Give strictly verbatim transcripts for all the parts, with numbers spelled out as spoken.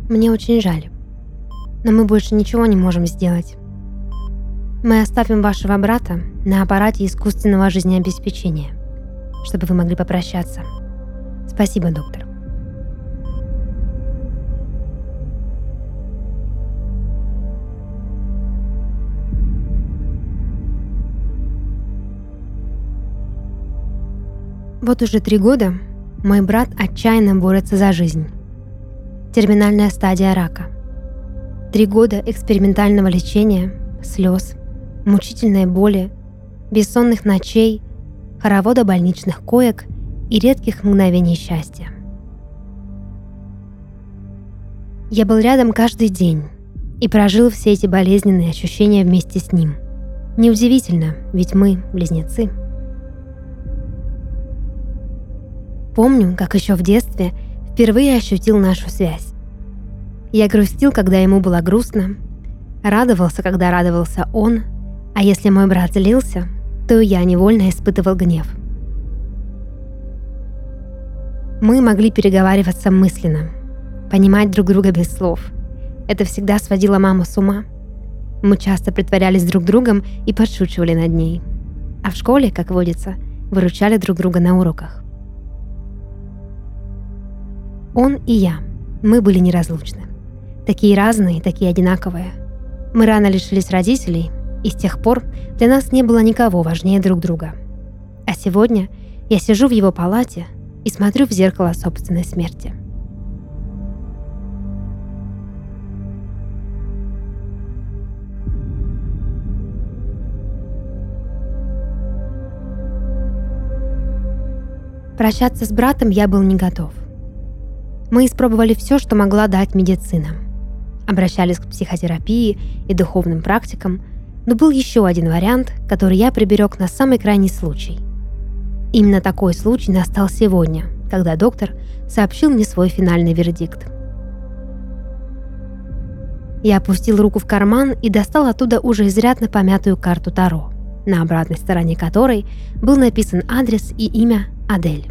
Мне очень жаль, но мы больше ничего не можем сделать. Мы оставим вашего брата на аппарате искусственного жизнеобеспечения, чтобы вы могли попрощаться. Спасибо, доктор. Вот уже три года мой брат отчаянно борется за жизнь. Терминальная стадия рака. Три года экспериментального лечения, слез, мучительной боли, бессонных ночей, хоровода больничных коек и редких мгновений счастья. Я был рядом каждый день и прожил все эти болезненные ощущения вместе с ним. Неудивительно, ведь мы близнецы. Помню, как еще в детстве впервые ощутил нашу связь. Я грустил, когда ему было грустно, радовался, когда радовался он, а если мой брат злился, то я невольно испытывал гнев. Мы могли переговариваться мысленно, понимать друг друга без слов. Это всегда сводило маму с ума. Мы часто притворялись друг другом и подшучивали над ней. А в школе, как водится, выручали друг друга на уроках. Он и я, мы были неразлучны. Такие разные, такие одинаковые. Мы рано лишились родителей, и с тех пор для нас не было никого важнее друг друга. А сегодня я сижу в его палате и смотрю в зеркало собственной смерти. Прощаться с братом я был не готов. Мы испробовали все, что могла дать медицина. Обращались к психотерапии и духовным практикам, но был еще один вариант, который я приберег на самый крайний случай. Именно такой случай настал сегодня, когда доктор сообщил мне свой финальный вердикт. Я опустил руку в карман и достал оттуда уже изрядно помятую карту Таро, на обратной стороне которой был написан адрес и имя Адель.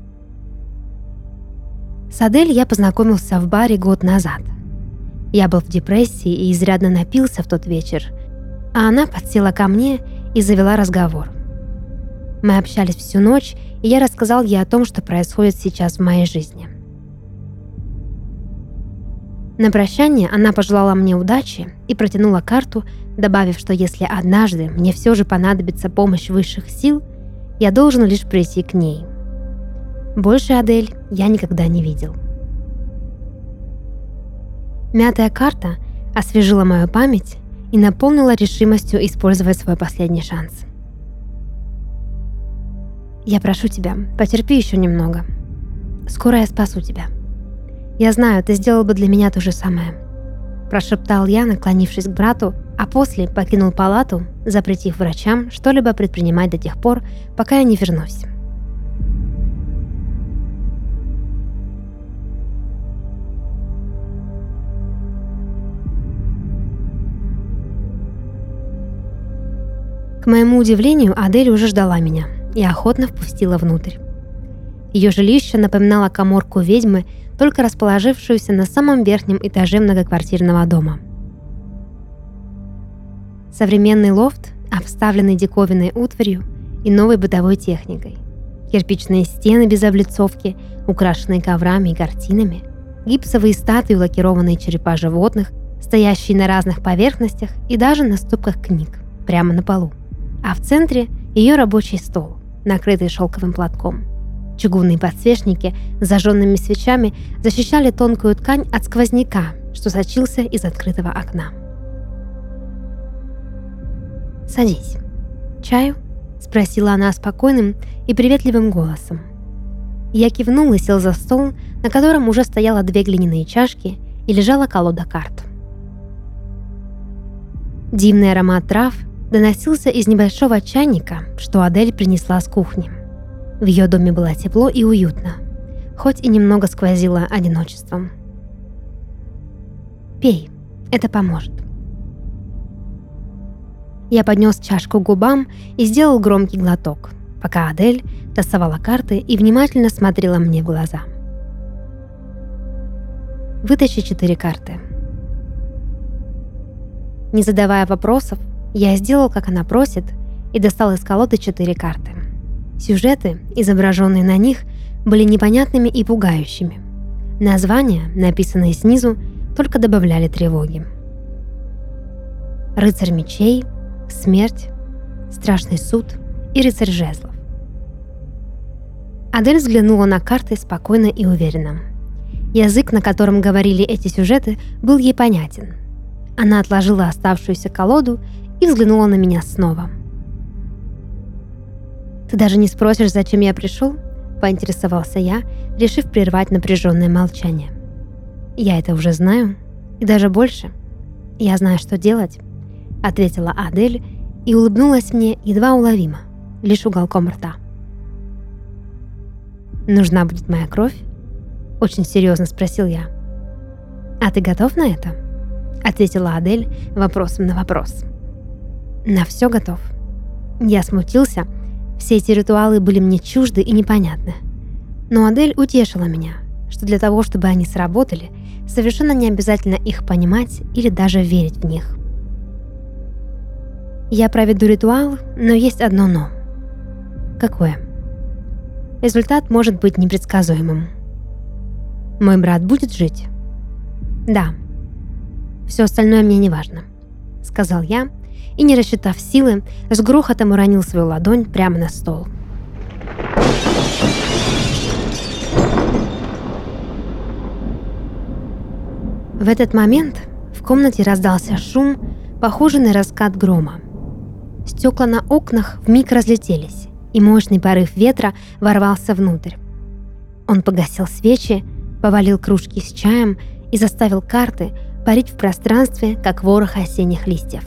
С Адель я познакомился в баре год назад. Я был в депрессии и изрядно напился в тот вечер, а она подсела ко мне и завела разговор. Мы общались всю ночь, и я рассказал ей о том, что происходит сейчас в моей жизни. На прощание она пожелала мне удачи и протянула карту, добавив, что если однажды мне все же понадобится помощь высших сил, я должен лишь прийти к ней. Больше Адель я никогда не видел. Мятая карта освежила мою память и наполнила решимостью использовать свой последний шанс. «Я прошу тебя, потерпи еще немного. Скоро я спасу тебя. Я знаю, ты сделал бы для меня то же самое», – прошептал я, наклонившись к брату, а после покинул палату, запретив врачам что-либо предпринимать до тех пор, пока я не вернусь. К моему удивлению, Адель уже ждала меня и охотно впустила внутрь. Ее жилище напоминало каморку ведьмы, только расположившуюся на самом верхнем этаже многоквартирного дома. Современный лофт, обставленный диковинной утварью и новой бытовой техникой. Кирпичные стены без облицовки, украшенные коврами и картинами, гипсовые статуи, лакированные черепа животных, стоящие на разных поверхностях и даже на стопках книг, прямо на полу. А в центре ее рабочий стол, накрытый шелковым платком. Чугунные подсвечники с зажженными свечами защищали тонкую ткань от сквозняка, что сочился из открытого окна. «Садись. Чаю?» – спросила она спокойным и приветливым голосом. Я кивнул и сел за стол, на котором уже стояло две глиняные чашки и лежала колода карт. Дивный аромат трав доносился из небольшого чайника, что Адель принесла с кухни. В ее доме было тепло и уютно, хоть и немного сквозило одиночеством. «Пей, это поможет». Я поднес чашку к губам и сделал громкий глоток, пока Адель тасовала карты и внимательно смотрела мне в глаза. Вытащи четыре карты. Не задавая вопросов, я сделал, как она просит, и достал из колоды четыре карты. Сюжеты, изображенные на них, были непонятными и пугающими. Названия, написанные снизу, только добавляли тревоги. Рыцарь мечей, смерть, страшный суд и рыцарь жезлов. Адель взглянула на карты спокойно и уверенно. Язык, на котором говорили эти сюжеты, был ей понятен. Она отложила оставшуюся колоду и взглянула на меня снова. «Ты даже не спросишь, зачем я пришел?» – поинтересовался я, решив прервать напряженное молчание. «Я это уже знаю, и даже больше. Я знаю, что делать», – ответила Адель и улыбнулась мне едва уловимо, лишь уголком рта. «Нужна будет моя кровь?» – очень серьезно спросил я. «А ты готов на это?» – ответила Адель вопросом на вопрос. «На все готов». Я смутился, все эти ритуалы были мне чужды и непонятны. Но Адель утешила меня, что для того, чтобы они сработали, совершенно не обязательно их понимать или даже верить в них. Я проведу ритуал, но есть одно «но». Какое? Результат может быть непредсказуемым. Мой брат будет жить? Да. Все остальное мне не важно, сказал я, и, не рассчитав силы, с грохотом уронил свою ладонь прямо на стол. В этот момент в комнате раздался шум, похожий на раскат грома. Стекла на окнах вмиг разлетелись, и мощный порыв ветра ворвался внутрь. Он погасил свечи, повалил кружки с чаем и заставил карты парить в пространстве, как ворох осенних листьев.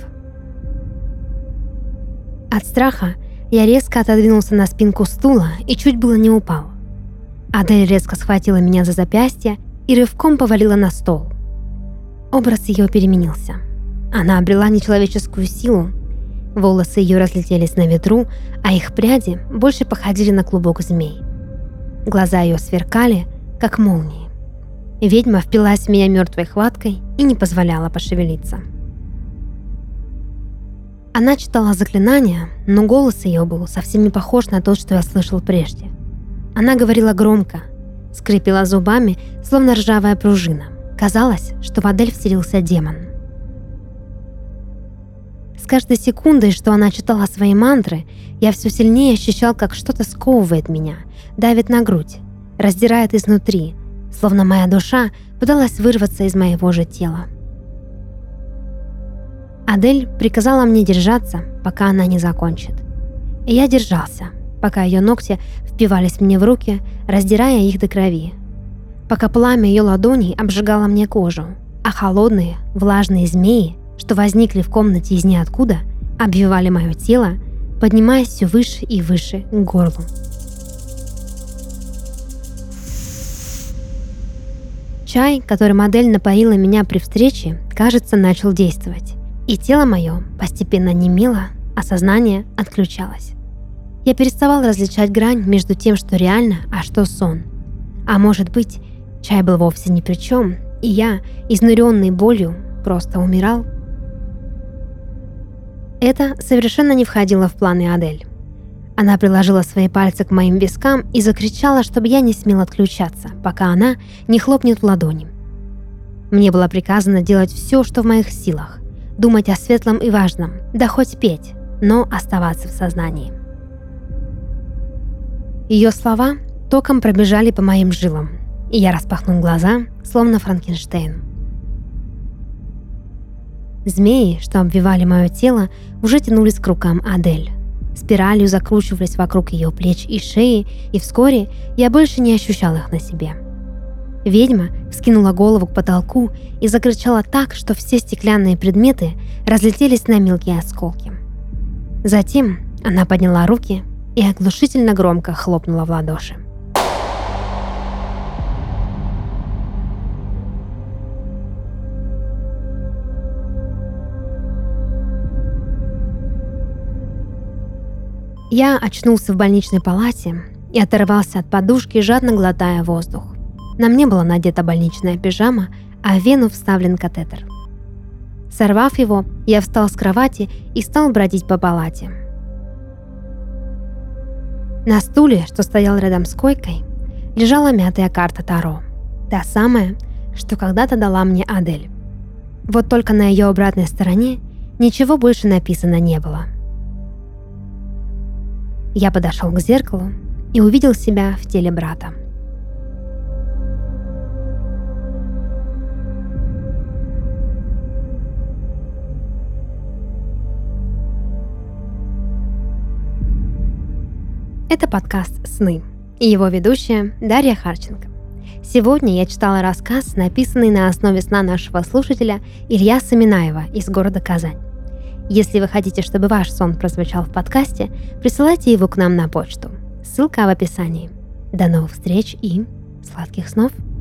От страха я резко отодвинулся на спинку стула и чуть было не упал. Адель резко схватила меня за запястье и рывком повалила на стол. Образ ее переменился. Она обрела нечеловеческую силу. Волосы ее разлетелись на ветру, а их пряди больше походили на клубок змей. Глаза ее сверкали, как молнии. Ведьма впилась в меня мертвой хваткой и не позволяла пошевелиться. Она читала заклинания, но голос ее был совсем не похож на тот, что я слышал прежде. Она говорила громко, скрипела зубами, словно ржавая пружина. Казалось, что в Адель вселился демон. С каждой секундой, что она читала свои мантры, я все сильнее ощущал, как что-то сковывает меня, давит на грудь, раздирает изнутри, словно моя душа пыталась вырваться из моего же тела. Адель приказала мне держаться, пока она не закончит. И я держался, пока ее ногти впивались мне в руки, раздирая их до крови, пока пламя ее ладоней обжигало мне кожу, а холодные, влажные змеи, что возникли в комнате из ниоткуда, обвивали мое тело, поднимаясь все выше и выше к горлу. Чай, которым Адель напоила меня при встрече, кажется, начал действовать, и тело мое постепенно немело, а сознание отключалось. Я переставал различать грань между тем, что реально, а что сон. А может быть, чай был вовсе ни при чем, и я, изнуренный болью, просто умирал? Это совершенно не входило в планы Адель. Она приложила свои пальцы к моим вискам и закричала, чтобы я не смел отключаться, пока она не хлопнет в ладони. Мне было приказано делать все, что в моих силах, думать о светлом и важном, да хоть петь, но оставаться в сознании. Ее слова током пробежали по моим жилам, и я распахнул глаза, словно Франкенштейн. Змеи, что обвивали мое тело, уже тянулись к рукам Адель. Спиралью закручивались вокруг ее плеч и шеи, и вскоре я больше не ощущал их на себе. Ведьма вскинула голову к потолку и закричала так, что все стеклянные предметы разлетелись на мелкие осколки. Затем она подняла руки и оглушительно громко хлопнула в ладоши. Я очнулся в больничной палате и оторвался от подушки, жадно глотая воздух. На мне была надета больничная пижама, а в вену вставлен катетер. Сорвав его, я встал с кровати и стал бродить по палате. На стуле, что стоял рядом с койкой, лежала мятая карта Таро. Та самая, что когда-то дала мне Адель. Вот только на ее обратной стороне ничего больше написано не было. Я подошел к зеркалу и увидел себя в теле брата. Это подкаст «Сны» и его ведущая Дарья Харченко. Сегодня я читала рассказ, написанный на основе сна нашего слушателя Ильяса Минаева из города Казань. Если вы хотите, чтобы ваш сон прозвучал в подкасте, присылайте его к нам на почту. Ссылка в описании. До новых встреч и сладких снов!